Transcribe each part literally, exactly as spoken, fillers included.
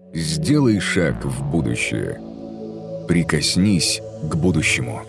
Сделай шаг в будущее. Прикоснись к будущему.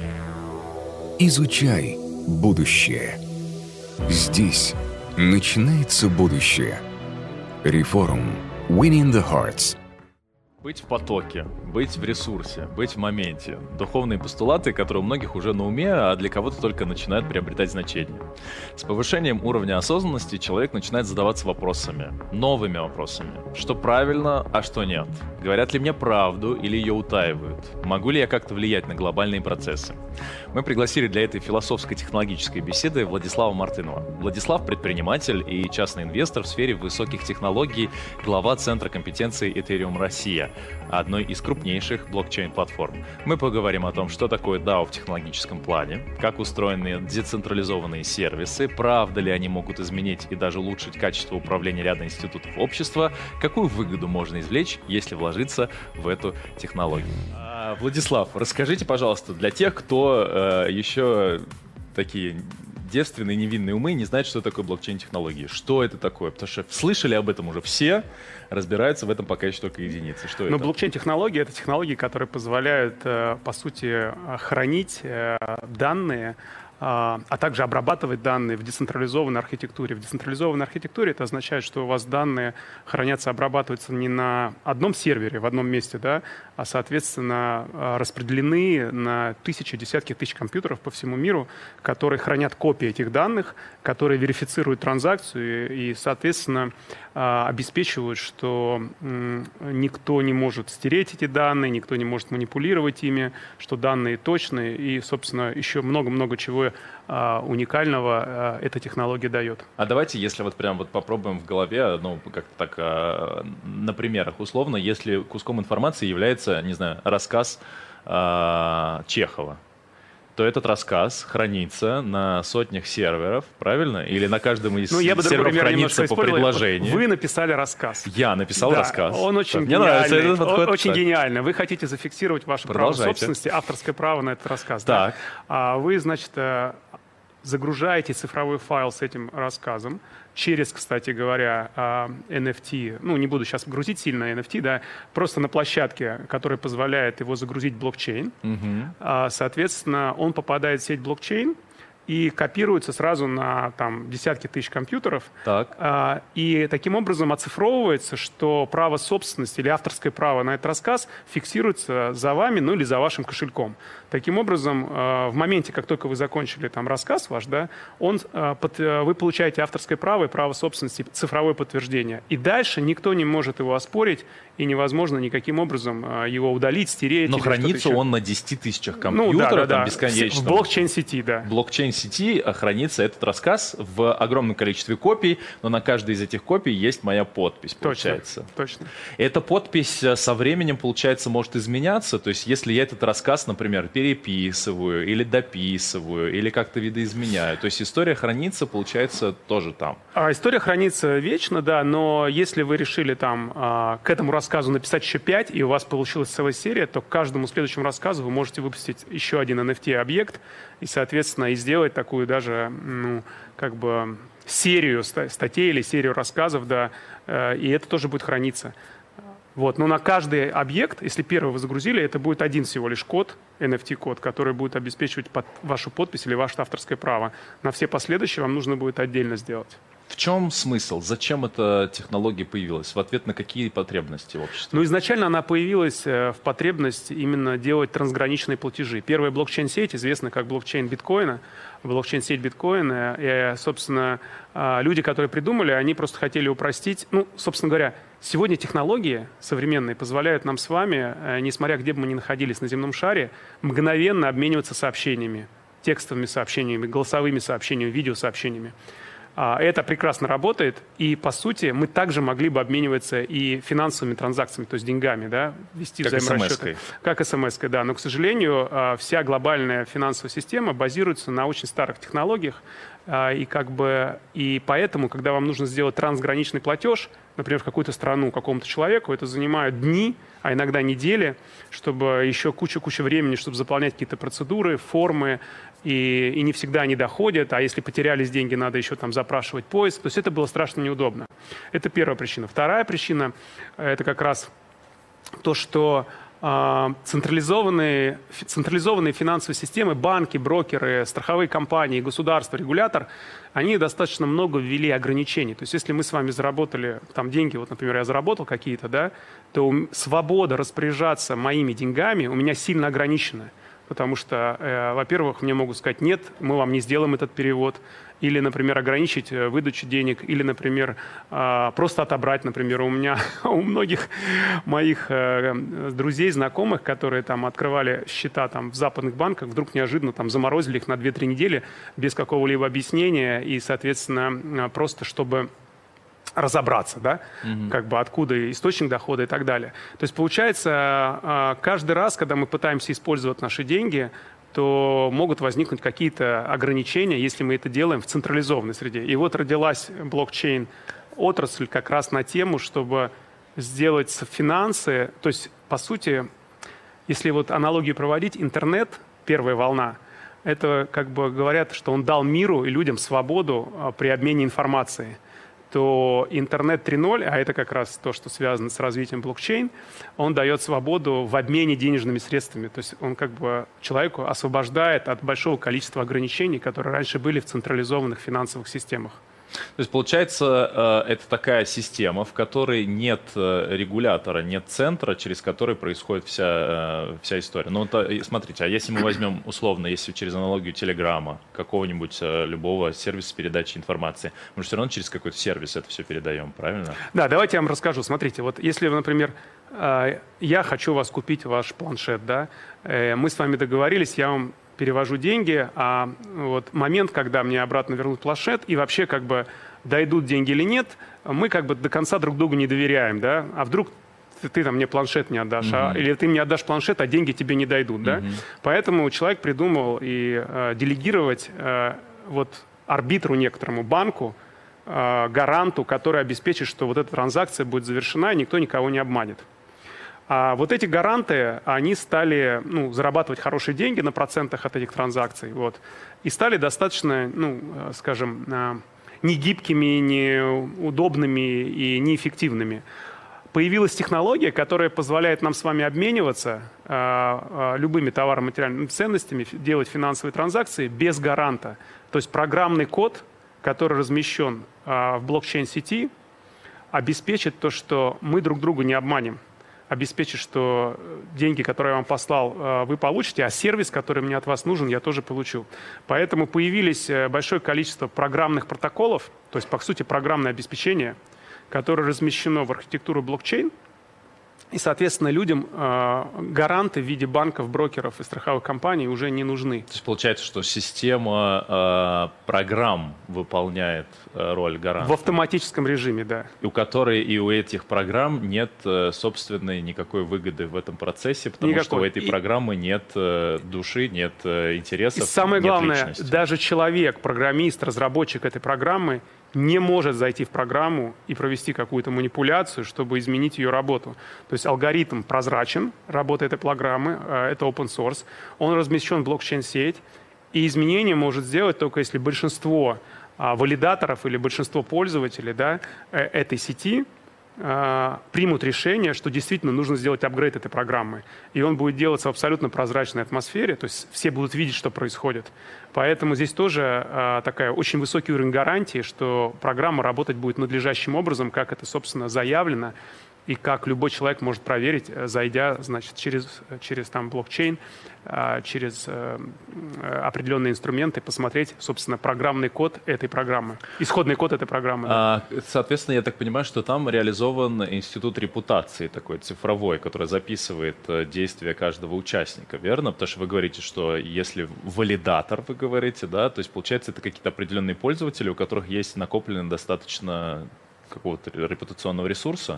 Изучай будущее. Здесь начинается будущее. Reforum. Winning the Hearts. Быть в потоке, быть в ресурсе, быть в моменте. Духовные постулаты, которые у многих уже на уме, а для кого-то только начинают приобретать значение. С повышением уровня осознанности человек начинает задаваться вопросами, новыми вопросами. Что правильно, а что нет? Говорят ли мне правду или ее утаивают? Могу ли я как-то влиять на глобальные процессы? Мы пригласили для этой философско-технологической беседы Владислава Мартынова. Владислав – предприниматель и частный инвестор в сфере высоких технологий, глава Центра компетенции Ethereum Россия, одной из крупнейших блокчейн-платформ. Мы поговорим о том, что такое дао в технологическом плане, как устроены децентрализованные сервисы, правда ли они могут изменить и даже улучшить качество управления ряда институтов общества, какую выгоду можно извлечь, если вложиться в эту технологию. А, Владислав, расскажите, пожалуйста, для тех, кто э, еще такие девственные, невинные умы не знают, что такое блокчейн-технологии. Что это такое? Потому что слышали об этом уже все, разбираются в этом пока еще только единицы. Что Но это? блокчейн-технологии — это технологии, которые позволяют, по сути, хранить данные, а также обрабатывать данные в децентрализованной архитектуре. В децентрализованной архитектуре это означает, что у вас данные хранятся, обрабатываются не на одном сервере, в одном месте, да, а, соответственно, распределены на тысячи, десятки тысяч компьютеров по всему миру, которые хранят копии этих данных, которые верифицируют транзакцию и, соответственно, обеспечивают, что никто не может стереть эти данные, никто не может манипулировать ими, что данные точные и, собственно, еще много-много чего уникального эта технология дает. А давайте, если вот прям вот попробуем в голове, ну, как-то так на примерах условно, если куском информации является, не знаю, рассказ э, Чехова, то этот рассказ хранится на сотнях серверов, правильно? Или на каждом из ну, я бы серверов хранится по предложению? Вы написали рассказ. Я написал да, рассказ. Он очень так, гениальный. Мне нравится этот подход. Очень гениально. Вы хотите зафиксировать ваше право собственности, авторское право на этот рассказ. Так. Да? А вы, значит, загружаете цифровой файл с этим рассказом через, кстати говоря, эн эф ти, ну, не буду сейчас грузить сильно эн эф ти, да, просто на площадке, которая позволяет его загрузить в блокчейн. Угу. Соответственно, он попадает в сеть блокчейн и копируется сразу на там, десятки тысяч компьютеров. Так. И таким образом оцифровывается, что право собственности или авторское право на этот рассказ фиксируется за вами, ну или за вашим кошельком. Таким образом, в моменте, как только вы закончили там рассказ ваш, да, он, вы получаете авторское право и право собственности, цифровое подтверждение. И дальше никто не может его оспорить, и невозможно никаким образом его удалить, стереть. Но хранится он на десяти тысячах компьютеров, ну, да, да, да. бесконечно. В блокчейн-сети, да. В блокчейн-сети хранится этот рассказ в огромном количестве копий, но на каждой из этих копий есть моя подпись, получается. Точно, точно. Эта подпись со временем, получается, может изменяться. То есть, если я этот рассказ, например, переписываю или дописываю, или как-то видоизменяю, то есть история хранится, получается, тоже там. А история хранится вечно, да, но если вы решили там а, к этому рассказу написать еще пять, и у вас получилась целая серия, то к каждому следующему рассказу вы можете выпустить еще один эн эф ти-объект и, соответственно, и сделать такую даже, ну, как бы серию статей или серию рассказов, да, и это тоже будет храниться. Вот. Но на каждый объект, если первый вы загрузили, это будет один всего лишь код, эн эф ти-код, который будет обеспечивать под вашу подпись или ваше авторское право. На все последующие вам нужно будет отдельно сделать. В чем смысл? Зачем эта технология появилась? В ответ на какие потребности в обществе? Ну, изначально она появилась в потребность именно делать трансграничные платежи. Первая блокчейн-сеть известна как блокчейн биткоина, блокчейн-сеть биткоина. И, собственно, люди, которые придумали, они просто хотели упростить. Ну, собственно говоря, сегодня технологии современные позволяют нам с вами, несмотря где бы мы ни находились на земном шаре, мгновенно обмениваться сообщениями, текстовыми сообщениями, голосовыми сообщениями, видеосообщениями. Это прекрасно работает, и, по сути, мы также могли бы обмениваться и финансовыми транзакциями, то есть деньгами, да, вести как взаиморасчеты. Как смс-кой, да. Но, к сожалению, вся глобальная финансовая система базируется на очень старых технологиях, и, как бы, и поэтому, когда вам нужно сделать трансграничный платеж, например, в какую-то страну, какому-то человеку, это занимает дни, а иногда недели, чтобы еще куча-куча времени, чтобы заполнять какие-то процедуры, формы, и, и не всегда они доходят, а если потерялись деньги, надо еще там запрашивать поиск. То есть это было страшно неудобно. Это первая причина. Вторая причина – это как раз то, что Централизованные, централизованные финансовые системы, банки, брокеры, страховые компании, государство, регулятор, они достаточно много ввели ограничений. То есть если мы с вами заработали там деньги, вот, например, я заработал какие-то, да, то свобода распоряжаться моими деньгами у меня сильно ограничена. Потому что, э, во-первых, мне могут сказать, нет, мы вам не сделаем этот перевод. Или, например, ограничить выдачу денег. Или, например, э, просто отобрать. Например, у меня, у многих моих э, друзей, знакомых, которые там открывали счета там, в западных банках, вдруг неожиданно там заморозили их на две-три недели без какого-либо объяснения. И, соответственно, просто чтобы разобраться, да, mm-hmm. как бы откуда источник дохода и так далее. То есть получается, каждый раз, когда мы пытаемся использовать наши деньги, то могут возникнуть какие-то ограничения, если мы это делаем в централизованной среде. И вот родилась блокчейн-отрасль как раз на тему, чтобы сделать финансы, то есть, по сути, если вот аналогию проводить, интернет, первая волна, это как бы говорят, что он дал миру и людям свободу при обмене информацией. То интернет три ноль, а это как раз то, что связано с развитием блокчейн, он дает свободу в обмене денежными средствами. То есть он как бы человеку освобождает от большого количества ограничений, которые раньше были в централизованных финансовых системах. То есть, получается, это такая система, в которой нет регулятора, нет центра, через который происходит вся, вся история. Ну, смотрите, а если мы возьмем, условно, если через аналогию Телеграма, какого-нибудь любого сервиса передачи информации, мы же все равно через какой-то сервис это все передаем, правильно? Да, давайте я вам расскажу. Смотрите, вот если, например, я хочу у вас купить ваш планшет, да, мы с вами договорились, я вам перевожу деньги, а вот момент, когда мне обратно вернут планшет, и вообще как бы дойдут деньги или нет, мы как бы до конца друг другу не доверяем, да, а вдруг ты, ты там мне планшет не отдашь, mm-hmm. а, или ты мне отдашь планшет, а деньги тебе не дойдут, да, mm-hmm. поэтому человек придумал и э, делегировать э, вот арбитру некоторому банку, э, гаранту, который обеспечит, что вот эта транзакция будет завершена, и никто никого не обманет. А вот эти гаранты, они стали ну, зарабатывать хорошие деньги на процентах от этих транзакций. Вот, и стали достаточно, ну, скажем, негибкими, неудобными и неэффективными. Появилась технология, которая позволяет нам с вами обмениваться э, любыми товарами, материальными ценностями, делать финансовые транзакции без гаранта. То есть программный код, который размещен э, в блокчейн-сети, обеспечит то, что мы друг друга не обманем. Обеспечить, что деньги, которые я вам послал, вы получите, а сервис, который мне от вас нужен, я тоже получу. Поэтому появились большое количество программных протоколов, то есть, по сути, программное обеспечение, которое размещено в архитектуру блокчейн, и, соответственно, людям э, гаранты в виде банков, брокеров и страховых компаний уже не нужны. То есть получается, что система э, программ выполняет э, роль гаранта? В автоматическом режиме, да. И у которой и у этих программ нет э, собственной никакой выгоды в этом процессе, потому никакой. Что у этой и... программы нет э, души, нет э, интересов, и самое нет главное, личности. Даже человек, программист, разработчик этой программы не может зайти в программу и провести какую-то манипуляцию, чтобы изменить ее работу. То есть алгоритм прозрачен, работа этой программы, это open source, он размещен в блокчейн-сеть, и изменения может сделать только если большинство валидаторов или большинство пользователей, да, этой сети примут решение, что действительно нужно сделать апгрейд этой программы. И он будет делаться в абсолютно прозрачной атмосфере, то есть все будут видеть, что происходит. Поэтому здесь тоже а, такая очень высокий уровень гарантии, что программа работать будет надлежащим образом, как это, собственно, заявлено, и как любой человек может проверить, зайдя, значит, через, через там, блокчейн, через определенные инструменты, посмотреть, собственно, программный код этой программы, исходный код этой программы. А, соответственно, я так понимаю, что там реализован институт репутации такой цифровой, который записывает действия каждого участника, верно? Потому что вы говорите, что если валидатор, вы говорите, да, то есть, получается, это какие-то определенные пользователи, у которых есть накоплено достаточно какого-то репутационного ресурса.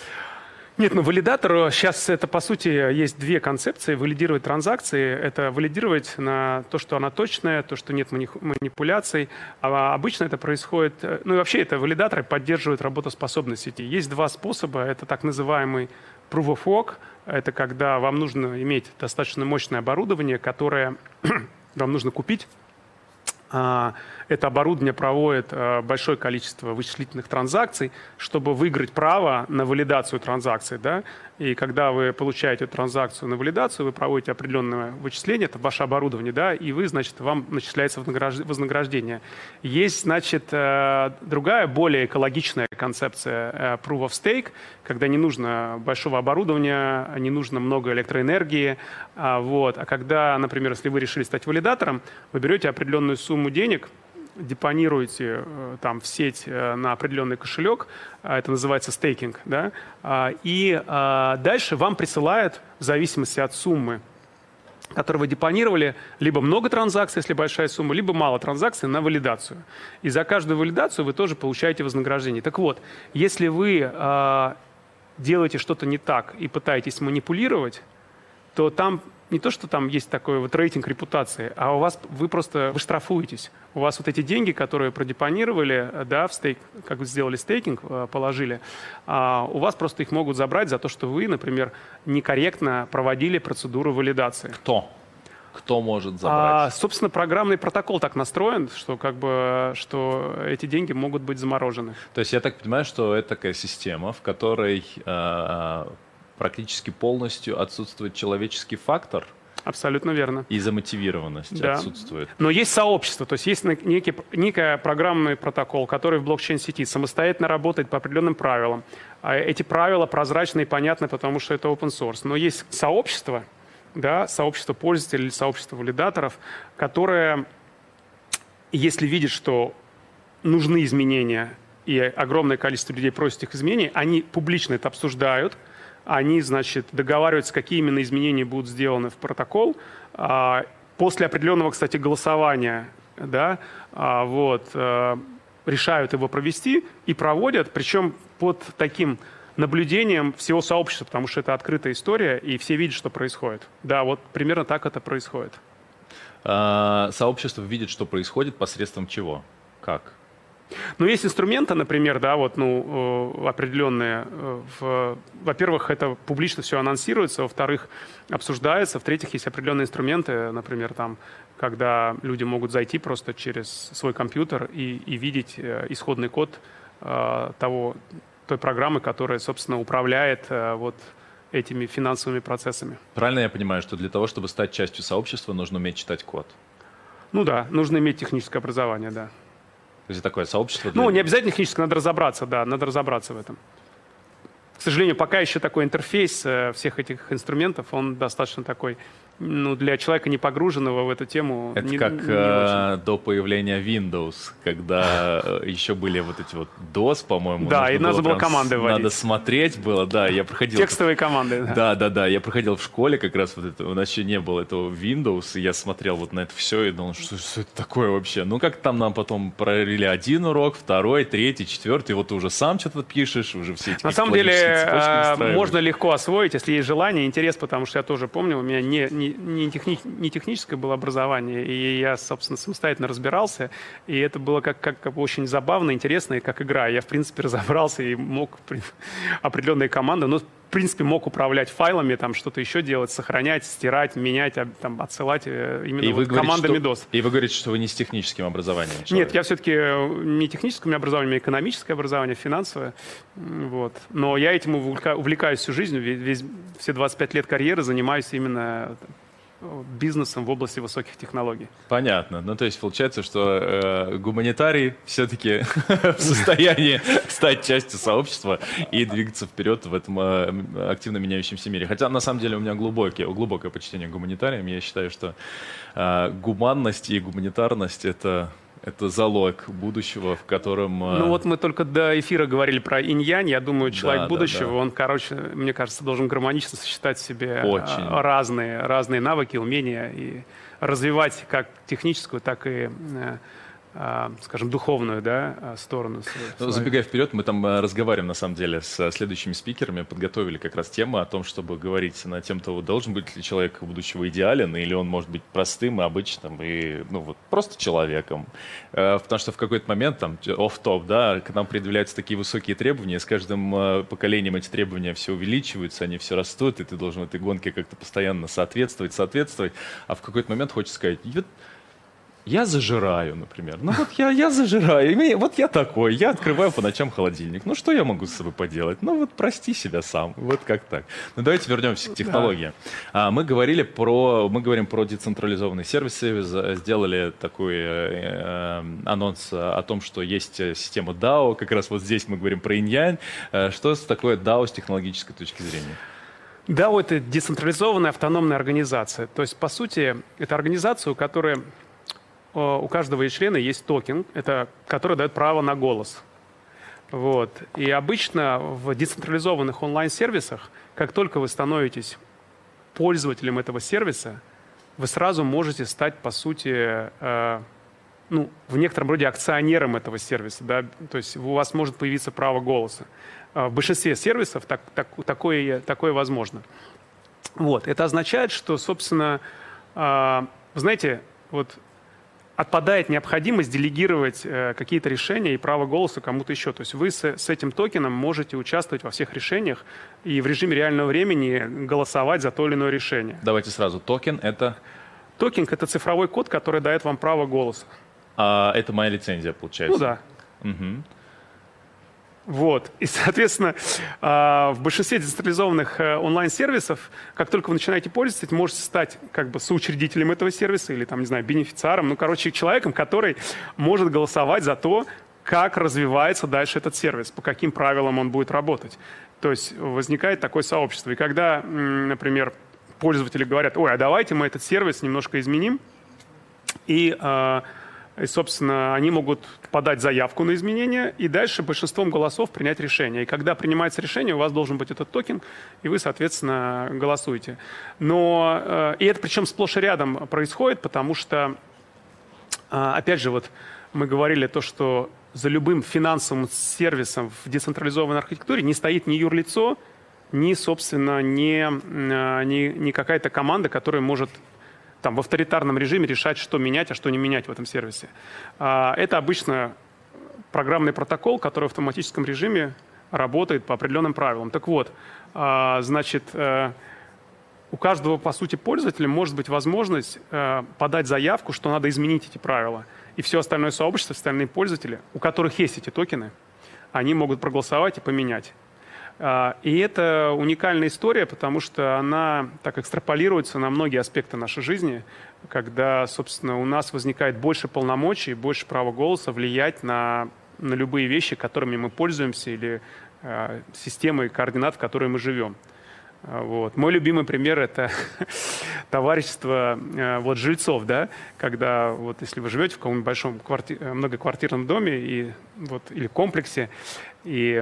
Нет, ну валидатор, сейчас это по сути есть две концепции. Валидировать транзакции – это валидировать на то, что она точная, то, что нет манипуляций. А обычно это происходит, ну и вообще это валидаторы поддерживают работоспособность сети. Есть два способа, это так называемый proof of work, это когда вам нужно иметь достаточно мощное оборудование, которое вам нужно купить, это оборудование проводит большое количество вычислительных транзакций, чтобы выиграть право на валидацию транзакций. Да? И когда вы получаете транзакцию на валидацию, вы проводите определенное вычисление, это ваше оборудование, да, и вы, значит, вам начисляется вознаграждение. Есть, значит, другая, более экологичная концепция Proof of Stake, когда не нужно большого оборудования, не нужно много электроэнергии. Вот. А когда, например, если вы решили стать валидатором, вы берете определенную сумму денег, депонируете там в сеть на определенный кошелек, это называется стейкинг, да, и дальше вам присылают, в зависимости от суммы, которую вы депонировали, либо много транзакций, если большая сумма, либо мало транзакций на валидацию. И за каждую валидацию вы тоже получаете вознаграждение. Так вот, если вы делаете что-то не так и пытаетесь манипулировать, то там не то, что там есть такой вот рейтинг репутации, а у вас вы просто вы штрафуетесь. У вас вот эти деньги, которые продепонировали, да, в стейк, как вы сделали стейкинг, положили, а у вас просто их могут забрать за то, что вы, например, некорректно проводили процедуру валидации. Кто? Кто может забрать? А, собственно, программный протокол так настроен, что как бы что эти деньги могут быть заморожены. То есть я так понимаю, что это такая система, в которой э, практически полностью отсутствует человеческий фактор. Абсолютно верно. И замотивированность да. отсутствует. Но есть сообщество, то есть есть некий, некий программный протокол, который в блокчейн-сети самостоятельно работает по определенным правилам. Эти правила прозрачны и понятны, потому что это open source. Но есть сообщество, да, сообщество пользователей или сообщество валидаторов, которое, если видит, что нужны изменения и огромное количество людей просит их изменений, они публично это обсуждают. Они, значит, договариваются, какие именно изменения будут сделаны в протокол. После определенного, кстати, голосования, да, вот, решают его провести и проводят, причем под таким наблюдением всего сообщества, потому что это открытая история, и все видят, что происходит. Да, вот примерно так это происходит. А, сообщество видит, что происходит посредством чего? Как? Ну, есть инструменты, например, да, вот, ну, определенные. Во-первых, это публично все анонсируется, во-вторых, обсуждается, в-третьих, есть определенные инструменты, например, там, когда люди могут зайти просто через свой компьютер и, и видеть исходный код э, того, той программы, которая, собственно, управляет э, вот этими финансовыми процессами. Правильно я понимаю, что для того, чтобы стать частью сообщества, нужно уметь читать код? Ну да, нужно иметь техническое образование, да. То есть такое сообщество? Для... Ну, не обязательно технически, надо разобраться, да, надо разобраться в этом. К сожалению, пока еще такой интерфейс всех этих инструментов, он достаточно такой, ну, для человека, не погруженного в эту тему. Это не, как не э, до появления Windows, когда еще были вот эти вот дос, по-моему. Да, и надо было команды вводить. Надо смотреть было, да, я проходил... Текстовые команды. Да. да, да, да, я проходил в школе как раз вот это, у нас еще не было этого Windows, и я смотрел вот на это все и думал, что, что это такое вообще? Ну, как там нам потом провели один урок, второй, третий, четвертый, и вот ты уже сам что-то пишешь, уже все эти... На самом деле, можно легко освоить, если есть желание, интерес, потому что я тоже помню, у меня не, не, не, техни, не техническое было образование, и я, собственно, самостоятельно разбирался, и это было как, как, как очень забавно, интересно, и как игра. Я, в принципе, разобрался и мог определенные команды, но, в принципе, мог управлять файлами, там что-то еще делать, сохранять, стирать, менять, там, отсылать именно и вот говорите, командами что, дос. И вы говорите, что вы не с техническим образованием человек. Нет, я все-таки не техническое у меня образование, у меня экономическое образование, финансовое. Вот. Но я этим увлекаюсь всю жизнь, весь, все двадцать пять лет карьеры занимаюсь именно бизнесом в области высоких технологий. Понятно. Ну, то есть получается, что э, гуманитарий все-таки в состоянии стать частью сообщества и двигаться вперед в этом э, активно меняющемся мире. Хотя, на самом деле, у меня глубокие, глубокое почтение к гуманитариям. Я считаю, что э, гуманность и гуманитарность — это... Это залог будущего, в котором... Ну вот мы только до эфира говорили про инь-янь. Я думаю, человек да, будущего, да, да. он, короче, мне кажется, должен гармонично сочетать в себе Очень. разные, разные навыки, умения и развивать как техническую, так и, скажем, духовную, да, сторону. Ну, забегая вперед, мы там разговариваем, на самом деле, с следующими спикерами, подготовили как раз тему о том, чтобы говорить на тему того, должен быть ли человек будущего идеален, или он может быть простым и обычным, и, ну, вот, просто человеком. Потому что в какой-то момент, там, офф-топ, да, к нам предъявляются такие высокие требования, с каждым поколением эти требования все увеличиваются, они все растут, и ты должен в этой гонке как-то постоянно соответствовать, соответствовать, а в какой-то момент хочется сказать: Я зажираю, например. Ну вот я, я зажираю. И вот я такой. Я открываю по ночам холодильник. Ну что я могу с собой поделать? Ну вот прости себя сам. Вот как так. Ну давайте вернемся к технологии. Да. А, мы говорили про, мы говорим про децентрализованные сервисы. Сделали такой э, э, анонс о том, что есть система дао. Как раз вот здесь мы говорим про инь-янь. Что такое дао с технологической точки зрения? дао — это децентрализованная автономная организация. То есть, по сути, это организация, у которой у каждого из членов есть токен, это, который дает право на голос. Вот. И обычно в децентрализованных онлайн-сервисах, как только вы становитесь пользователем этого сервиса, вы сразу можете стать, по сути, э, ну, в некотором роде акционером этого сервиса. Да? То есть у вас может появиться право голоса. В большинстве сервисов так, так, такое, такое возможно. Вот. Это означает, что, собственно, э, вы знаете, вот отпадает необходимость делегировать э, какие-то решения и право голоса кому-то еще. То есть вы с, с этим токеном можете участвовать во всех решениях и в режиме реального времени голосовать за то или иное решение. Давайте сразу. Токен — это? Токен — это цифровой код, который дает вам право голоса. А это моя лицензия, получается? Ну да. Угу. Вот. И, соответственно, в большинстве децентрализованных онлайн-сервисов, как только вы начинаете пользоваться, вы можете стать как бы соучредителем этого сервиса или, там, не знаю, бенефициаром, ну, короче, человеком, который может голосовать за то, как развивается дальше этот сервис, по каким правилам он будет работать. То есть возникает такое сообщество. И когда, например, пользователи говорят: ой, а давайте мы этот сервис немножко изменим, и... И, собственно, они могут подать заявку на изменения и дальше большинством голосов принять решение. И когда принимается решение, у вас должен быть этот токен, и вы, соответственно, голосуете. Но, и это причем сплошь и рядом происходит, потому что, опять же, вот мы говорили то, что за любым финансовым сервисом в децентрализованной архитектуре не стоит ни юрлицо, ни, собственно, ни, ни, ни какая-то команда, которая может... там, в авторитарном режиме решать, что менять, а что не менять в этом сервисе. Это обычно программный протокол, который в автоматическом режиме работает по определенным правилам. Так вот, значит, у каждого, по сути, пользователя может быть возможность подать заявку, что надо изменить эти правила. И все остальное сообщество, остальные пользователи, у которых есть эти токены, они могут проголосовать и поменять. И это уникальная история, потому что она так экстраполируется на многие аспекты нашей жизни, когда, собственно, у нас возникает больше полномочий, больше права голоса влиять на, на любые вещи, которыми мы пользуемся, или э, системы координат, в которой мы живем. Вот. Мой любимый пример — это товарищество э, вот, жильцов, да? Когда вот, если вы живете в каком-нибудь большом кварти... многоквартирном доме и, вот, или комплексе, и...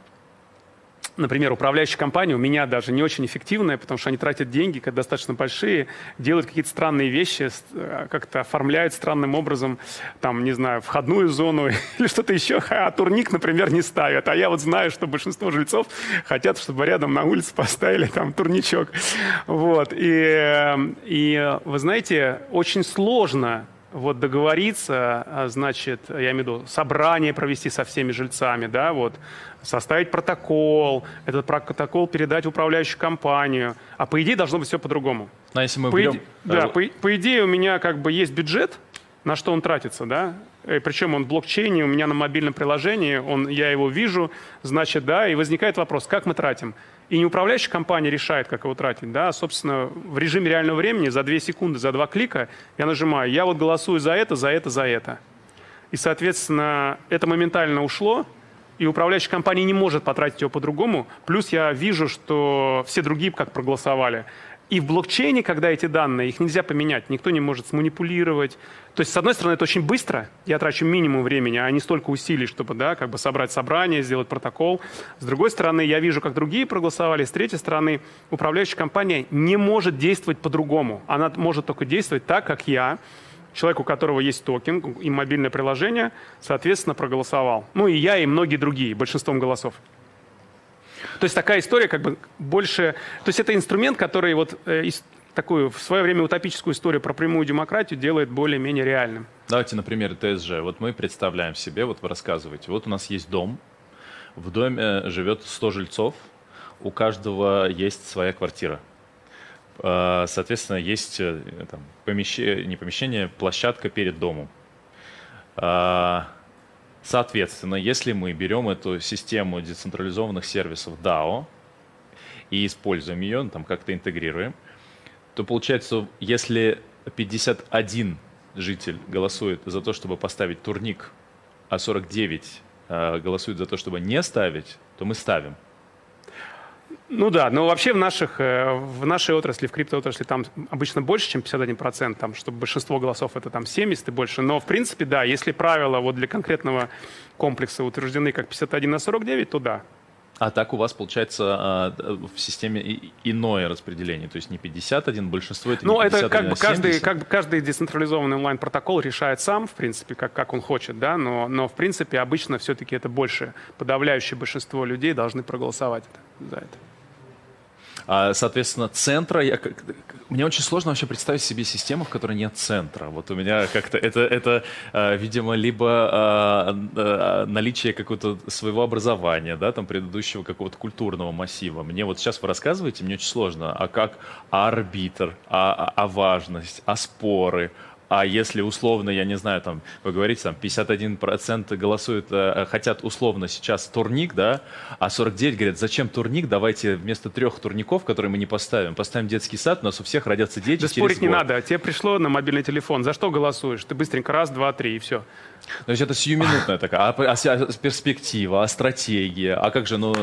Например, управляющая компания у меня даже не очень эффективная, потому что они тратят деньги, когда достаточно большие, делают какие-то странные вещи, как-то оформляют странным образом, там, не знаю, входную зону или что-то еще, а турник, например, не ставят. А я вот знаю, что большинство жильцов хотят, чтобы рядом на улице поставили там турничок. Вот. И, и вы знаете, очень сложно вот договориться, значит, я имею в виду, собрание провести со всеми жильцами, да, вот, составить протокол, этот протокол передать в управляющую компанию. А по идее должно быть все по-другому. Но если мы по берем... иде... Да, по, по идее у меня как бы есть бюджет, на что он тратится, да, и причем он в блокчейне, у меня на мобильном приложении, он, я его вижу, значит, да, и возникает вопрос, как мы тратим. И не управляющая компания решает, как его тратить, да, собственно, в режиме реального времени за две секунды, за два клика я нажимаю, я вот голосую за это, за это, за это. И, соответственно, это моментально ушло, и управляющая компания не может потратить его по-другому. Плюс я вижу, что все другие как проголосовали. И в блокчейне, когда эти данные, их нельзя поменять, никто не может сманипулировать. То есть, с одной стороны, это очень быстро, я трачу минимум времени, а не столько усилий, чтобы, да, как бы собрать собрание, сделать протокол. С другой стороны, я вижу, как другие проголосовали. С третьей стороны, управляющая компания не может действовать по-другому. Она может только действовать так, как я, человек, у которого есть токен и мобильное приложение, соответственно, проголосовал. Ну и я, и многие другие, большинством голосов. То есть такая история как бы больше... То есть это инструмент, который вот э, такую в свое время утопическую историю про прямую демократию делает более-менее реальным. Давайте на примере тэ эс жэ. Вот мы представляем себе, вот вы рассказываете, вот у нас есть дом, в доме живет сто жильцов, у каждого есть своя квартира. Соответственно, есть там, помещение, не помещение, площадка перед домом. Соответственно, если мы берем эту систему децентрализованных сервисов дао и используем ее, ну, там как-то интегрируем, то получается, если пятьдесят один житель голосует за то, чтобы поставить турник, а сорок девять э, голосуют за то, чтобы не ставить, то мы ставим. Ну да, но вообще в, наших, в нашей отрасли, в криптоотрасли там обычно больше, чем пятьдесят один процент, там, чтобы большинство голосов это там семьдесят и больше. Но в принципе, да, если правила вот для конкретного комплекса утверждены как пятьдесят один на сорок девять, то да. А так у вас получается в системе иное распределение, то есть не пятьдесят один, большинство это не ну, пятьдесят один, это как бы каждый, семьдесят. как бы каждый децентрализованный онлайн-протокол решает сам, в принципе, как, как он хочет, да, но, но в принципе обычно все-таки это больше, подавляющее большинство людей должны проголосовать за это. А, соответственно, центра, я, мне очень сложно вообще представить себе систему, в которой нет центра. Вот у меня как-то это, это видимо, либо наличие какого-то своего образования, да, там предыдущего какого-то культурного массива. Мне вот сейчас вы рассказываете, мне очень сложно, а как а арбитр, а, а важность, а споры. А если условно, я не знаю, там, вы говорите, там, пятьдесят один процент голосуют, э, хотят условно сейчас турник, да, а сорок девять говорят, зачем турник, давайте вместо трех турников, которые мы не поставим, поставим детский сад, у нас у всех родятся дети. Да спорить не надо, тебе пришло на мобильный телефон, за что голосуешь? Ты быстренько раз, два, три и все. То есть это сиюминутная такая, а, а, а перспектива, а стратегия, а как же, ну...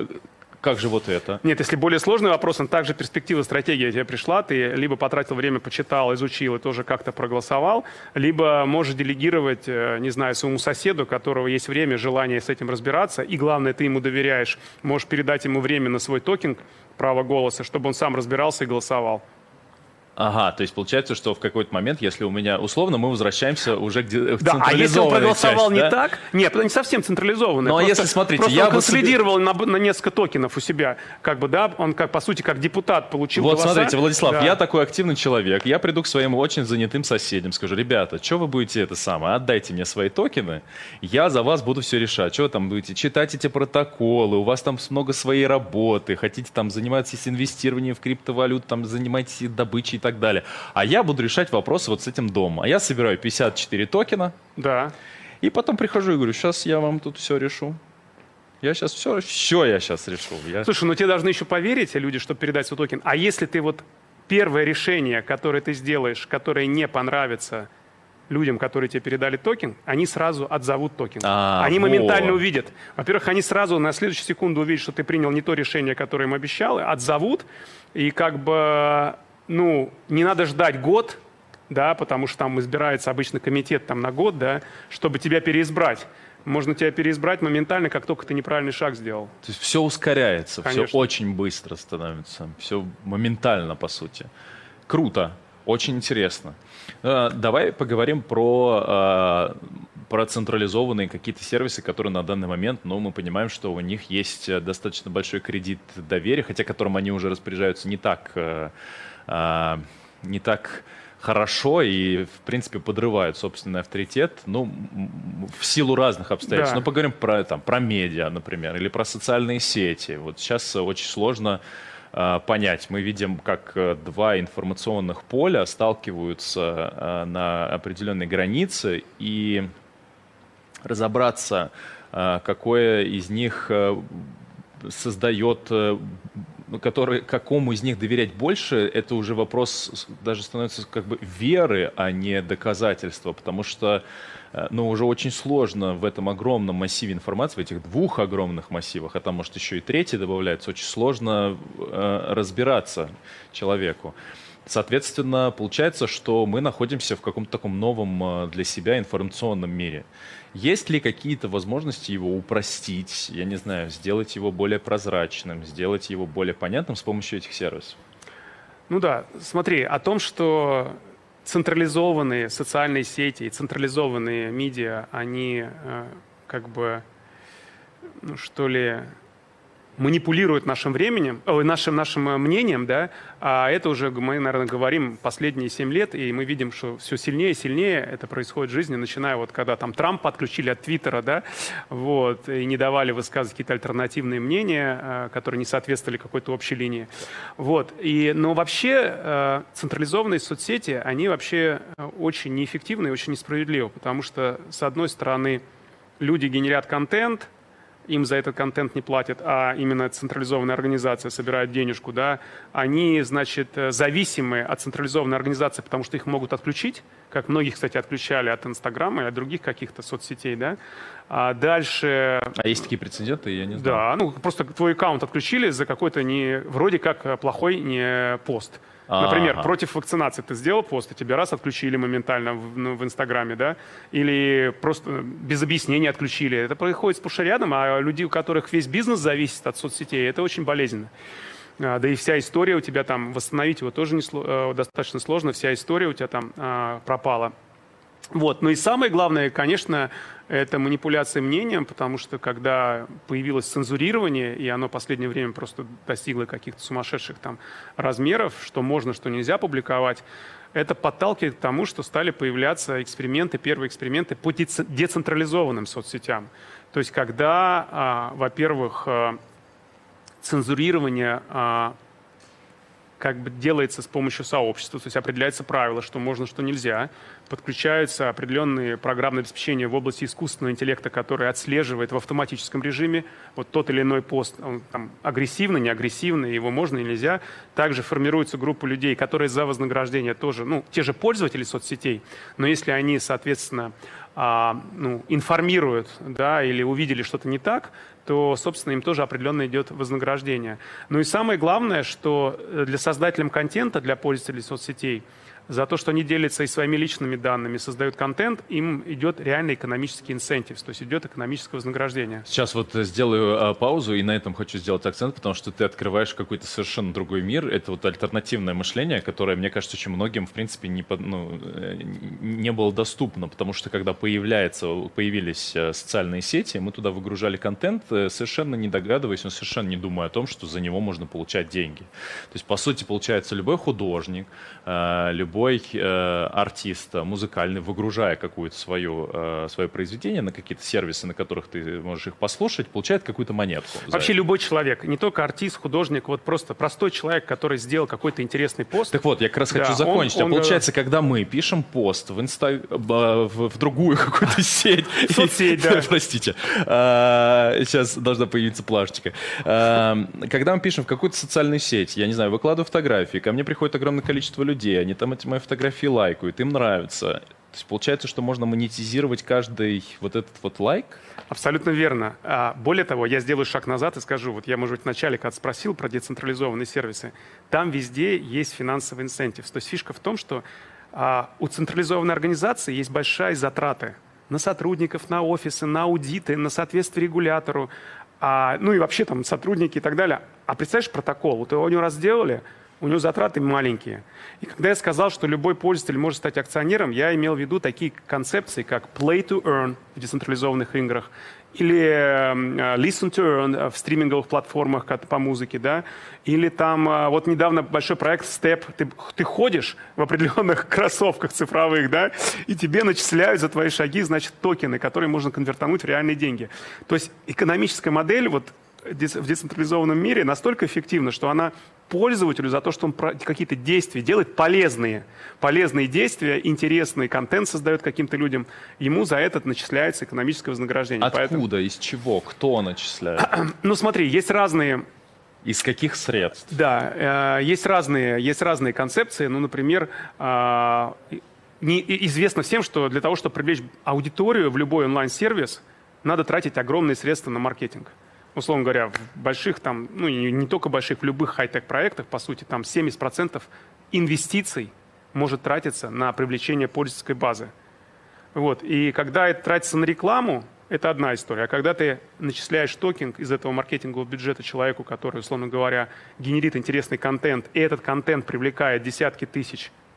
Как же вот это? Нет, если более сложный вопрос, он также перспектива, стратегия тебе пришла, ты либо потратил время, почитал, изучил и тоже как-то проголосовал, либо можешь делегировать, не знаю, своему соседу, у которого есть время, желание с этим разбираться, и главное, ты ему доверяешь, можешь передать ему время на свой токен, право голоса, чтобы он сам разбирался и голосовал. Ага, то есть получается, что в какой-то момент, если у меня условно, мы возвращаемся уже к, к да, а если он проголосовал части, не да? так, нет, это не совсем централизованный. Ну а просто, если, смотрите, просто я он консолидировал себе... на, на несколько токенов у себя, как бы, да, он, как, по сути, как депутат получил Вот голоса. смотрите, Владислав, да. я такой активный человек, я приду к своим очень занятым соседям, скажу, ребята, что вы будете это самое, отдайте мне свои токены, я за вас буду все решать, что вы там будете читать эти протоколы, у вас там много своей работы, хотите там заниматься инвестированием в криптовалюту, там занимаетесь добычей и так далее. А я буду решать вопросы вот с этим домом. А я собираю пятьдесят четыре токена. Да. И потом прихожу и говорю, сейчас я вам тут все решу. Я сейчас все, все я сейчас решу. Я... Слушай, ну тебе должны еще поверить люди, чтобы передать свой токен. А если ты вот первое решение, которое ты сделаешь, которое не понравится людям, которые тебе передали токен, они сразу отзовут токен. А, они во. моментально увидят. Во-первых, они сразу на следующую секунду увидят, что ты принял не то решение, которое им обещал, отзовут. И как бы... Ну, не надо ждать год, да, потому что там избирается обычно комитет там, на год, да, чтобы тебя переизбрать. Можно тебя переизбрать моментально, как только ты неправильный шаг сделал. То есть все ускоряется, Конечно. все очень быстро становится, все моментально, по сути. Круто, очень интересно. Давай поговорим про, про централизованные какие-то сервисы, которые на данный момент, ну, мы понимаем, что у них есть достаточно большой кредит доверия, хотя которым они уже распоряжаются не так... не так хорошо и, в принципе, подрывают собственный авторитет, ну, в силу разных обстоятельств. Да. Ну, поговорим про, там, про медиа, например, или про социальные сети. Вот сейчас очень сложно э, понять. Мы видим, как два информационных поля сталкиваются э, на определенной границе, и разобраться, э, какое из них э, создает... Э, который, какому из них доверять больше, это уже вопрос даже становится как бы веры, а не доказательства, потому что ну, уже очень сложно в этом огромном массиве информации, в этих двух огромных массивах, а там может еще и третий добавляется, очень сложно э, разбираться человеку. Соответственно, получается, что мы находимся в каком-то таком новом для себя информационном мире. Есть ли какие-то возможности его упростить, я не знаю, сделать его более прозрачным, сделать его более понятным с помощью этих сервисов? Ну да, смотри, о том, что централизованные социальные сети и централизованные медиа, они э, как бы, ну что ли, манипулирует нашим временем, о, нашим, нашим мнением, да, а это уже мы, наверное, говорим последние семь лет, и мы видим, что все сильнее и сильнее это происходит в жизни, начиная вот когда там Трампа отключили от Твиттера, да, вот, и не давали высказывать какие-то альтернативные мнения, которые не соответствовали какой-то общей линии. Вот, и, но вообще централизованные соцсети, они вообще очень неэффективны и очень несправедливы, потому что, с одной стороны, люди генерят контент, им за этот контент не платят, а именно централизованная организация собирает денежку, да, они, значит, зависимы от централизованной организации, потому что их могут отключить, как многих, кстати, отключали от Инстаграма и от других каких-то соцсетей, да. А дальше... А есть такие прецеденты, я не знаю. Да, ну просто твой аккаунт отключили за какой-то не, вроде как плохой не пост. Например, ага. против вакцинации ты сделал пост, и тебя раз отключили моментально в, ну, в Инстаграме, да, или просто без объяснения отключили. Это происходит сплошь и рядом, а люди, у которых весь бизнес зависит от соцсетей, это очень болезненно. А, да и вся история у тебя там, восстановить его тоже не, э, достаточно сложно, вся история у тебя там э, пропала. Вот. Ну и самое главное, конечно, это манипуляция мнением, потому что когда появилось цензурирование, и оно в последнее время просто достигло каких-то сумасшедших там размеров, что можно, что нельзя публиковать, это подталкивает к тому, что стали появляться эксперименты, первые эксперименты по децентрализованным соцсетям. То есть когда, а, во-первых, а, цензурирование а, как бы делается с помощью сообщества, то есть определяется правило, что можно, что нельзя, подключаются определенные программные обеспечения в области искусственного интеллекта, которые отслеживают в автоматическом режиме вот тот или иной пост, он там агрессивный, не агрессивный, его можно или нельзя. Также формируется группа людей, которые за вознаграждение тоже, ну, те же пользователи соцсетей, но если они, соответственно, а, ну, информируют, да, или увидели что-то не так, то, собственно, им тоже определенно идет вознаграждение. Ну и самое главное, что для создателям контента, для пользователей соцсетей, за то, что они делятся и своими личными данными, создают контент, им идет реально экономический инсентив, то есть идет экономическое вознаграждение. Сейчас вот сделаю а, паузу, и на этом хочу сделать акцент, потому что ты открываешь какой-то совершенно другой мир. Это вот альтернативное мышление, которое, мне кажется, очень многим, в принципе, не, ну, не было доступно, потому что когда появляется, появились социальные сети, мы туда выгружали контент, совершенно не догадываясь, но совершенно не думая о том, что за него можно получать деньги. То есть, по сути, получается, любой художник, любой Любой э, артист музыкальный, выгружая какое-то свое, э, свое произведение на какие-то сервисы, на которых ты можешь их послушать, получает какую-то монетку. Вообще любой человек, не только артист, художник, вот просто простой человек, который сделал какой-то интересный пост. Так вот, я как раз да, хочу закончить. Он, он, а получается, когда мы пишем пост в, инста... в, в другую какую-то сеть... Соцсеть, да. Простите. Сейчас должна появиться плашечка. Когда мы пишем в какую-то социальную сеть, я не знаю, выкладываю фотографии, ко мне приходит огромное количество людей, они там эти мои фотографии лайкают, им нравится. То есть получается, что можно монетизировать каждый вот этот вот лайк? Абсолютно верно. А, более того, я сделаю шаг назад и скажу, вот я, может быть, вначале, когда спросил про децентрализованные сервисы, там везде есть финансовый инсентив. То есть фишка в том, что а, у централизованной организации есть большая затраты на сотрудников, на офисы, на аудиты, на соответствие регулятору, а, ну и вообще там сотрудники и так далее. А представляешь протокол? Вот его один раз сделали, у него затраты маленькие. И когда я сказал, что любой пользователь может стать акционером, я имел в виду такие концепции, как play to earn в децентрализованных играх или uh, listen to earn в стриминговых платформах по музыке, да, или там uh, вот недавно большой проект Step, ты, ты ходишь в определенных кроссовках цифровых, да, и тебе начисляют за твои шаги, значит, токены, которые можно конвертануть в реальные деньги. То есть экономическая модель вот в децентрализованном мире настолько эффективна, что она пользователю за то, что он какие-то действия делает полезные, полезные действия, интересный контент создает каким-то людям, ему за это начисляется экономическое вознаграждение. Откуда, Поэтому... из чего, кто начисляет? Ну смотри, есть разные... Из каких средств? Да, э, есть разные, есть разные концепции. Ну, например, э, не, известно всем, что для того, чтобы привлечь аудиторию в любой онлайн-сервис, надо тратить огромные средства на маркетинг. Условно говоря, в больших там, ну не, не только больших, в любых хай-тек проектах, по сути, там семьдесят процентов инвестиций может тратиться на привлечение пользовательской базы. Вот. И когда это тратится на рекламу, это одна история. А когда ты начисляешь токинг из этого маркетингового бюджета человеку, который, условно говоря, генерит интересный контент, и этот контент привлекает десятки тысяч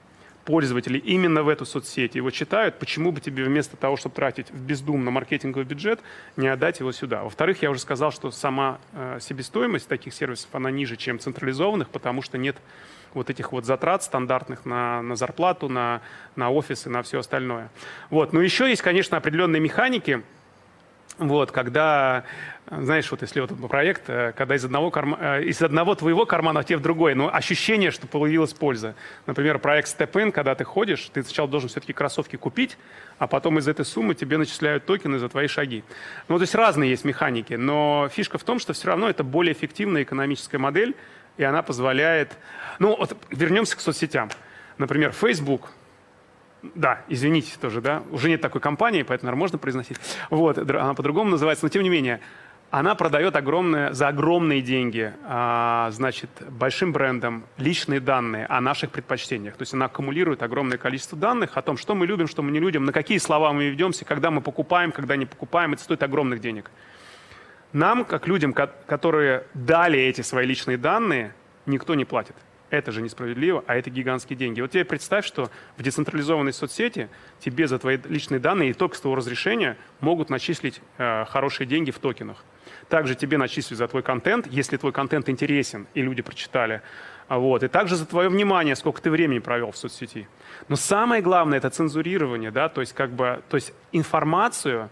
пользователи именно в эту соцсеть его читают, почему бы тебе вместо того, чтобы тратить бездумно маркетинговый бюджет, не отдать его сюда? Во-вторых, я уже сказал, что сама э, себестоимость таких сервисов, она ниже, чем централизованных, потому что нет вот этих вот затрат стандартных на, на зарплату, на, на офис и на все остальное. Вот. Но еще есть, конечно, определенные механики, вот, когда, знаешь, вот если вот этот проект, когда из одного, карма, из одного твоего кармана а тебе в другой, но ощущение, что появилась польза. Например, проект StepIn, когда ты ходишь, ты сначала должен все-таки кроссовки купить, а потом из этой суммы тебе начисляют токены за твои шаги. Ну, то есть разные есть механики, но фишка в том, что все равно это более эффективная экономическая модель, и она позволяет... Ну, вот вернемся к соцсетям. Например, Facebook... Да, извините тоже, да, уже нет такой компании, поэтому, наверное, можно произносить. Вот, она по-другому называется, но тем не менее, она продает огромные, за огромные деньги, а, значит, большим брендам личные данные о наших предпочтениях. То есть она аккумулирует огромное количество данных о том, что мы любим, что мы не любим, на какие слова мы ведемся, когда мы покупаем, когда не покупаем. Это стоит огромных денег. Нам, как людям, которые дали эти свои личные данные, никто не платит. Это же несправедливо, а это гигантские деньги. Вот тебе представь, что в децентрализованной соцсети тебе за твои личные данные и только с твоего разрешения могут начислить э, хорошие деньги в токенах. Также тебе начислят за твой контент, если твой контент интересен и люди прочитали. Вот. И также за твое внимание, сколько ты времени провел в соцсети. Но самое главное – это цензурирование. Да? То есть, как бы, то есть информацию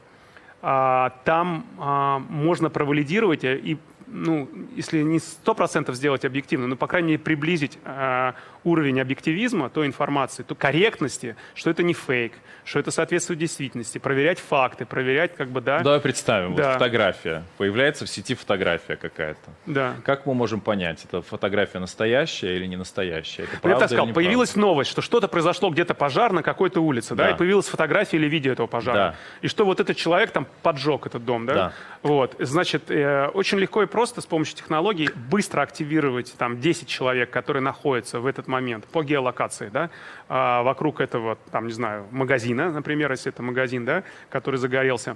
а, там а, можно провалидировать и, ну, если не сто процентов сделать объективно, но, по крайней мере, приблизить э, уровень объективизма той информации, той корректности, что это не фейк, что это соответствует действительности, проверять факты, проверять как бы, да. Давай представим, да. Вот фотография. Появляется в сети фотография какая-то. Да. Как мы можем понять, это фотография настоящая или не настоящая? Это ну, правда я так сказал, или появилась новость, что что-то произошло, где-то пожар на какой-то улице, да, да, и появилась фотография или видео этого пожара. Да. И что вот этот человек там поджег этот дом, да. Да. Вот, значит, э, очень легко и просто с помощью технологий быстро активировать там десять человек, которые находятся в этот момент по геолокации, да, э, вокруг этого, там, не знаю, магазина, например, если это магазин, да, который загорелся,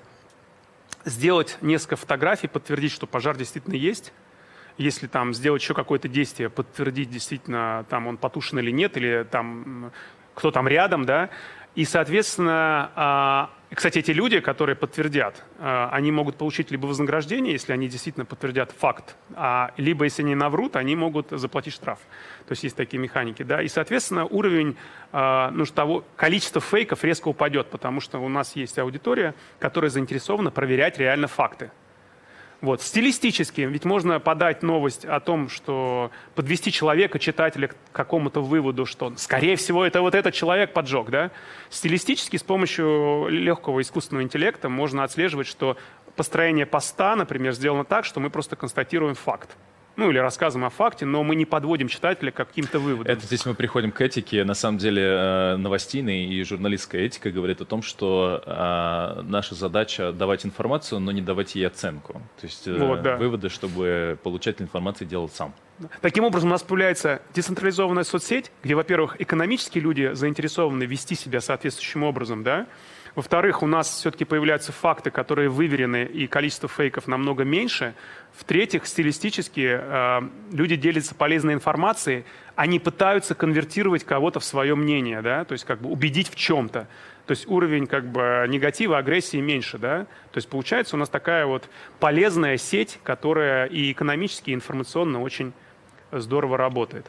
сделать несколько фотографий, подтвердить, что пожар действительно есть, если там сделать еще какое-то действие, подтвердить действительно, там он потушен или нет, или там кто там рядом, да, и, соответственно, кстати, эти люди, которые подтвердят, они могут получить либо вознаграждение, если они действительно подтвердят факт, либо, если они наврут, они могут заплатить штраф. То есть есть такие механики, да, и, соответственно, уровень, ну, того, количество фейков резко упадет, потому что у нас есть аудитория, которая заинтересована проверять реально факты. Вот. Стилистически, ведь можно подать новость о том, что подвести человека, читателя, к какому-то выводу, что, скорее всего, это вот этот человек поджег, да? Стилистически с помощью легкого искусственного интеллекта можно отслеживать, что построение поста, например, сделано так, что мы просто констатируем факт. Ну, или рассказываем о факте, но мы не подводим читателя к каким-то выводам. Это здесь мы приходим к этике. На самом деле новостейная и журналистская этика говорит о том, что э, наша задача давать информацию, но не давать ей оценку. То есть э, вот, да. выводы, чтобы получатель информации делал сам. Таким образом, у нас появляется децентрализованная соцсеть, где, во-первых, экономические люди заинтересованы вести себя соответствующим образом, да. Во-вторых, у нас все-таки появляются факты, которые выверены, и количество фейков намного меньше. В-третьих, стилистически э, люди делятся полезной информацией, они пытаются конвертировать кого-то в свое мнение, да, то есть как бы убедить в чем-то. То есть уровень как бы негатива, агрессии меньше, да. То есть получается у нас такая вот полезная сеть, которая и экономически, и информационно очень здорово работает.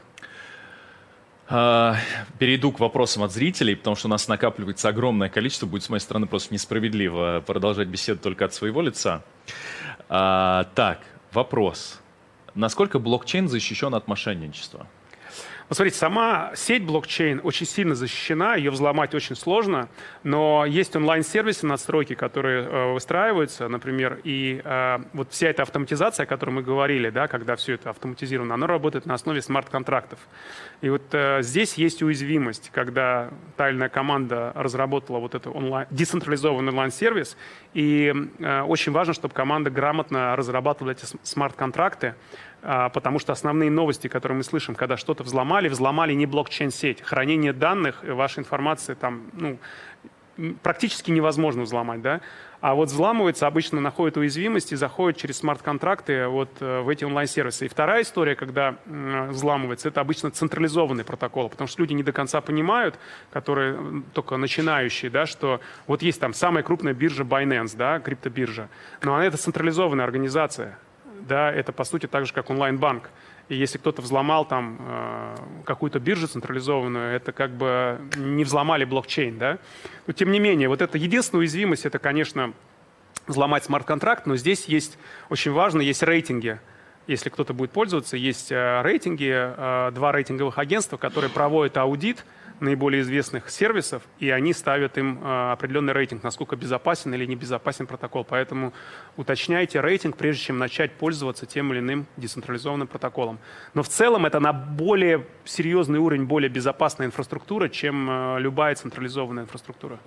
Перейду к вопросам от зрителей, потому что у нас накапливается огромное количество. Будет с моей стороны просто несправедливо продолжать беседу только от своего лица. А, так, вопрос. Насколько блокчейн защищен от мошенничества? Посмотрите, сама сеть блокчейн очень сильно защищена, ее взломать очень сложно, но есть онлайн-сервисы, настройки, которые э, выстраиваются, например, и э, вот вся эта автоматизация, о которой мы говорили, да, когда все это автоматизировано, она работает на основе смарт-контрактов. И вот э, здесь есть уязвимость, когда тайная команда разработала вот этот онлайн, децентрализованный онлайн-сервис, и э, очень важно, чтобы команда грамотно разрабатывала эти смарт-контракты, потому что основные новости, которые мы слышим, когда что-то взломали, взломали не блокчейн-сеть. Хранение данных, вашей информации там, ну, практически невозможно взломать, да? А вот взламывается, обычно находят уязвимости, заходят через смарт-контракты вот в эти онлайн-сервисы. И вторая история, когда взламывается, это обычно централизованный протокол, потому что люди не до конца понимают, которые только начинающие, да, что вот есть там самая крупная биржа Binance, да, криптобиржа, но она это централизованная организация, да, это по сути так же, как онлайн-банк. И если кто-то взломал там э, какую-то биржу централизованную, это как бы не взломали блокчейн, да. Но тем не менее, вот эта единственная уязвимость, это, конечно, взломать смарт-контракт, но здесь есть, очень важно, есть рейтинги. Если кто-то будет пользоваться, есть э, рейтинги, э, два рейтинговых агентства, которые проводят аудит наиболее известных сервисов, и они ставят им э, определенный рейтинг, насколько безопасен или небезопасен протокол. Поэтому уточняйте рейтинг, прежде чем начать пользоваться тем или иным децентрализованным протоколом. Но в целом это на более серьезный уровень, более безопасная инфраструктура, чем э, любая централизованная инфраструктура.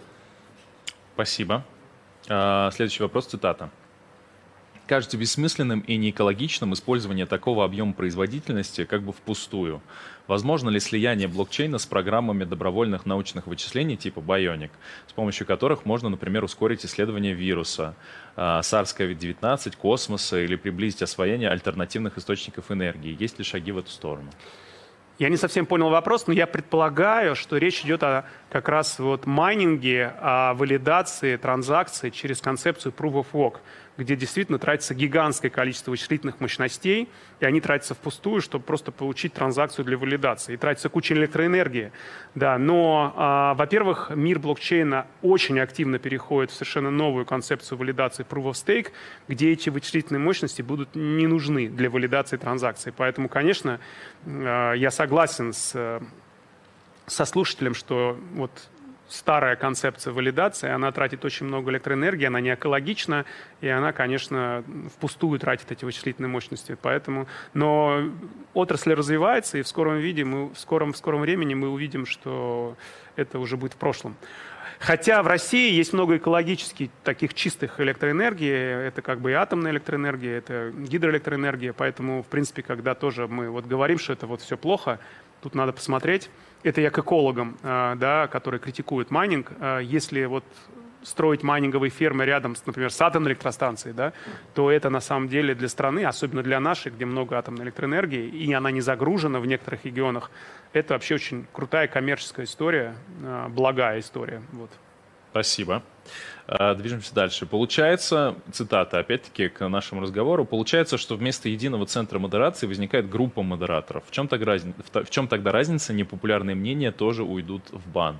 Спасибо. А, следующий вопрос, цитата. Кажется бессмысленным и неэкологичным использование такого объема производительности как бы впустую. Возможно ли слияние блокчейна с программами добровольных научных вычислений типа Bionic, с помощью которых можно, например, ускорить исследование вируса, SARS ковид девятнадцать, космоса или приблизить освоение альтернативных источников энергии? Есть ли шаги в эту сторону? Я не совсем понял вопрос, но я предполагаю, что речь идет о как раз вот майнинге, о валидации транзакций через концепцию Proof of Work, где действительно тратится гигантское количество вычислительных мощностей, и они тратятся впустую, чтобы просто получить транзакцию для валидации. И тратится куча электроэнергии. Да, но, а, во-первых, мир блокчейна очень активно переходит в совершенно новую концепцию валидации Proof of Stake, где эти вычислительные мощности будут не нужны для валидации транзакций. Поэтому, конечно, я согласен с, со слушателем, что вот старая концепция валидации, она тратит очень много электроэнергии, она не экологична, и она, конечно, впустую тратит эти вычислительные мощности. Поэтому, но отрасль развивается, и в скором виде, мы, в скором, в скором времени мы увидим, что это уже будет в прошлом. Хотя в России есть много экологически таких чистых электроэнергий, это как бы и атомная электроэнергия, это гидроэлектроэнергия, поэтому, в принципе, когда тоже мы вот говорим, что это вот все плохо, тут надо посмотреть. Это я к экологам, да, которые критикуют майнинг. Если вот строить майнинговые фермы рядом, с, например, с атомной электростанцией, да, то это на самом деле для страны, особенно для нашей, где много атомной электроэнергии, и она не загружена в некоторых регионах, это вообще очень крутая коммерческая история, благая история. Вот. Спасибо. Движемся дальше. Получается, цитата, опять-таки, к нашему разговору, получается, что вместо единого центра модерации возникает группа модераторов. В чем, так разни... в чем тогда разница? Непопулярные мнения тоже уйдут в бан.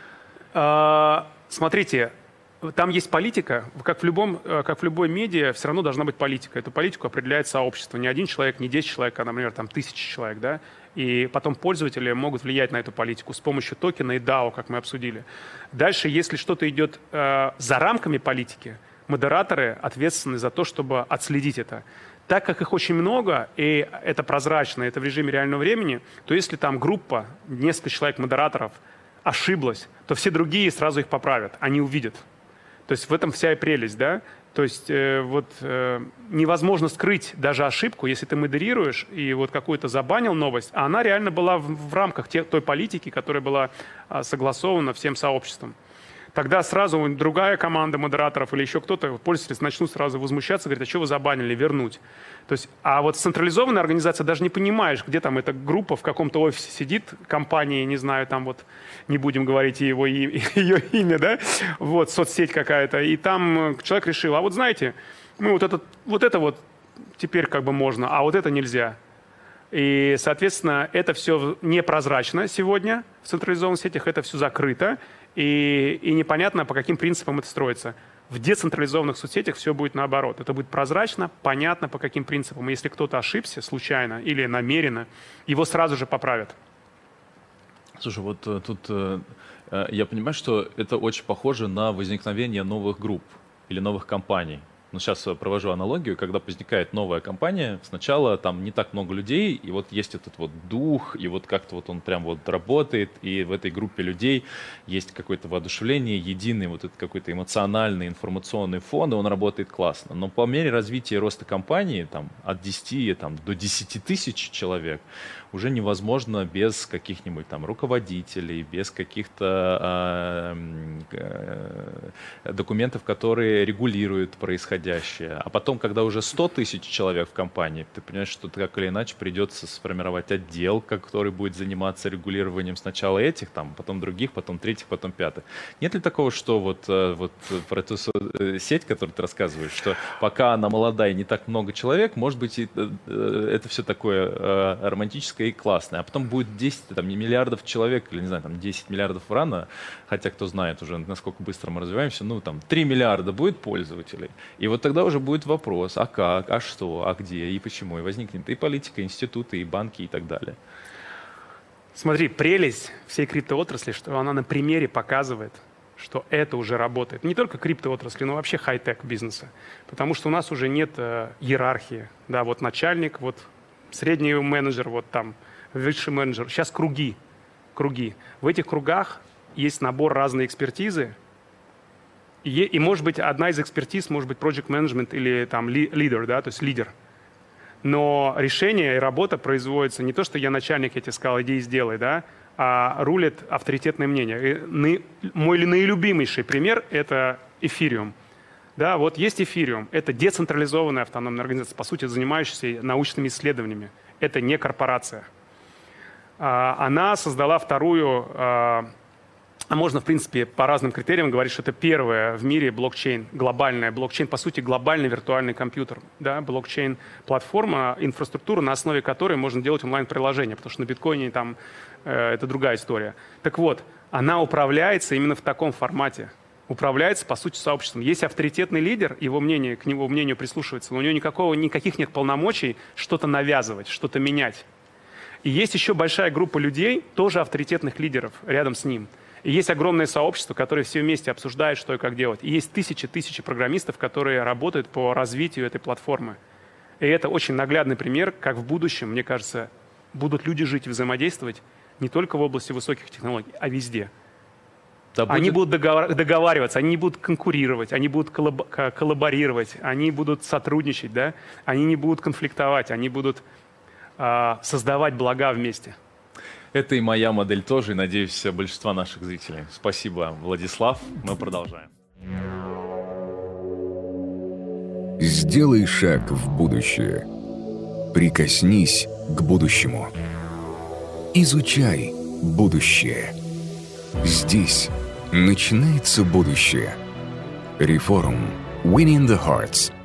А, смотрите, там есть политика, как в, любом, как в любой медиа, все равно должна быть политика. Эту политику определяет сообщество. Не один человек, не десять человек, а, например, там тысячи человек, да? И потом пользователи могут влиять на эту политику с помощью токена и дао, как мы обсудили. Дальше, если что-то идет э, за рамками политики, модераторы ответственны за то, чтобы отследить это. Так как их очень много, и это прозрачно, это в режиме реального времени, то если там группа, несколько человек-модераторов ошиблась, то все другие сразу их поправят, они увидят. То есть в этом вся и прелесть, да? То есть э, вот э, невозможно скрыть даже ошибку, если ты модерируешь и вот какую-то забанил новость, а она реально была в, в рамках те, той политики, которая была а, согласована всем сообществом. Тогда сразу другая команда модераторов или еще кто-то, пользователи начнут сразу возмущаться, говорят, а что вы забанили, вернуть. То есть, а вот централизованная организация даже не понимаешь, где там эта группа в каком-то офисе сидит, компании, не знаю, там вот, не будем говорить его, ее имя, да, вот, соцсеть какая-то, и там человек решил, а вот знаете, мы вот, этот, вот это вот теперь как бы можно, а вот это нельзя. И, соответственно, это все непрозрачно сегодня в централизованных сетях, это все закрыто, и, и непонятно, по каким принципам это строится. В децентрализованных соцсетях все будет наоборот. Это будет прозрачно, понятно, по каким принципам. И если кто-то ошибся случайно или намеренно, его сразу же поправят. Слушай, вот тут э, я понимаю, что это очень похоже на возникновение новых групп или новых компаний. Ну, сейчас провожу аналогию, когда возникает новая компания, сначала там не так много людей, и вот есть этот вот дух, и вот как-то вот он прям вот работает, и в этой группе людей есть какое-то воодушевление, единый вот этот какой-то эмоциональный, информационный фон, и он работает классно. Но по мере развития и роста компании, там, от десяти там, до десяти тысяч человек, уже невозможно без каких-нибудь там руководителей, без каких-то э, э, документов, которые регулируют происходящее. А потом, когда уже сто тысяч человек в компании, ты понимаешь, что так или иначе придется сформировать отдел, который будет заниматься регулированием сначала этих, там, потом других, потом третьих, потом пятых. Нет ли такого, что вот, вот про эту сеть, которую ты рассказываешь, что пока она молодая и не так много человек, может быть, это все такое романтическое и классное, а потом будет десять там, миллиардов человек, или, не знаю, там десять миллиардов рано, хотя кто знает уже, насколько быстро мы развиваемся, ну, там, три миллиарда будет пользователей. И вот тогда уже будет вопрос, а как, а что, а где, и почему, и возникнет и политика, и институты, и банки, и так далее. Смотри, прелесть всей криптоотрасли, что она на примере показывает, что это уже работает. Не только криптоотрасли, но вообще хай-тек бизнеса. Потому что у нас уже нет э, иерархии. Да, вот начальник, вот средний менеджер, вот там, высший менеджер. Сейчас круги, круги. В этих кругах есть набор разной экспертизы. И, и может быть, одна из экспертиз может быть project management или там лидер, да, то есть лидер. Но решение и работа производится не то, что я начальник, я тебе сказал, иди и сделай, да, а рулит авторитетное мнение. И на, мой наилюбимейший пример – это Ethereum. Да, вот есть Ethereum. Это децентрализованная автономная организация, по сути, занимающаяся научными исследованиями. Это не корпорация. А, она создала вторую, а, а можно, в принципе, по разным критериям говорить, что это первая в мире блокчейн, глобальная блокчейн, по сути, глобальный виртуальный компьютер. Да, блокчейн-платформа, инфраструктура, на основе которой можно делать онлайн-приложения, потому что на биткоине там э, это другая история. Так вот, она управляется именно в таком формате. Управляется, по сути, сообществом. Есть авторитетный лидер, его мнение, к его мнению прислушивается, но у него никакого, никаких нет полномочий что-то навязывать, что-то менять. И есть еще большая группа людей, тоже авторитетных лидеров рядом с ним. И есть огромное сообщество, которое все вместе обсуждает, что и как делать. И есть тысячи-тысячи программистов, которые работают по развитию этой платформы. И это очень наглядный пример, как в будущем, мне кажется, будут люди жить и взаимодействовать не только в области высоких технологий, а везде. Да будет... Они будут договариваться, они не будут конкурировать, они будут коллаб... коллаборировать, они будут сотрудничать, да? Они не будут конфликтовать, они будут э, создавать блага вместе. Это и моя модель тоже, и, надеюсь, большинства наших зрителей. Спасибо, Владислав. Мы продолжаем. Сделай шаг в будущее. Прикоснись к будущему. Изучай будущее. Здесь начинается будущее. Reforum. Winning the Hearts.